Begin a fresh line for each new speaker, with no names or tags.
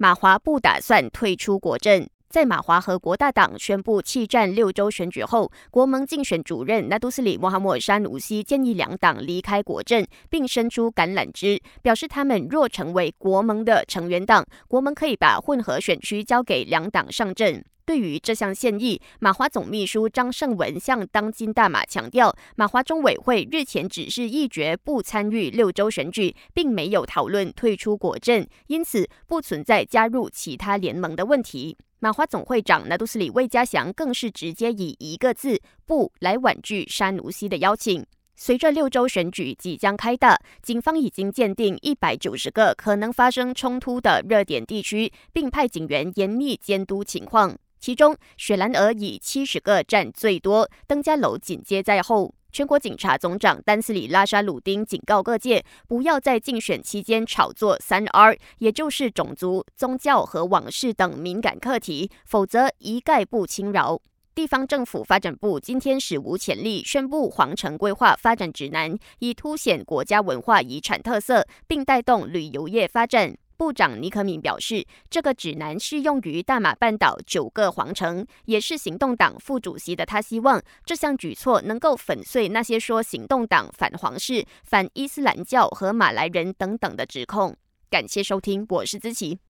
马华不打算退出国阵。在马华和国大党宣布弃战6州选举后，国盟竞选主任纳杜斯里·莫哈默沙努西建议两党离开国阵，并伸出橄榄枝，表示他们若成为国盟的成员党，国盟可以把混合选区交给两党上阵。对于这项建议，马华总秘书张胜文向当今大马强调，马华中委会日前只是议决不参与6州选举，并没有讨论退出国阵，因此不存在加入其他联盟的问题。马华总会长纳杜斯里魏家祥更是直接以一个字“不”来婉拒沙努西的邀请。随着6州选举即将开打，警方已经鉴定190个可能发生冲突的热点地区，并派警员严密监督情况。其中，雪兰莪以70个占最多，登嘉楼紧接在后。全国警察总长丹斯里拉沙鲁丁警告各界，不要在竞选期间炒作3R， 也就是种族、宗教和往事等敏感课题，否则一概不轻饶。地方政府发展部今天史无前例宣布皇城规划发展指南，以凸显国家文化遗产特色，并带动旅游业发展。部长尼可敏表示，这个指南适用于大马半岛9个皇城，也是行动党副主席的他希望这项举措能够粉碎那些说行动党反皇室、反伊斯兰教和马来人等等的指控。感谢收听，我是姿琪。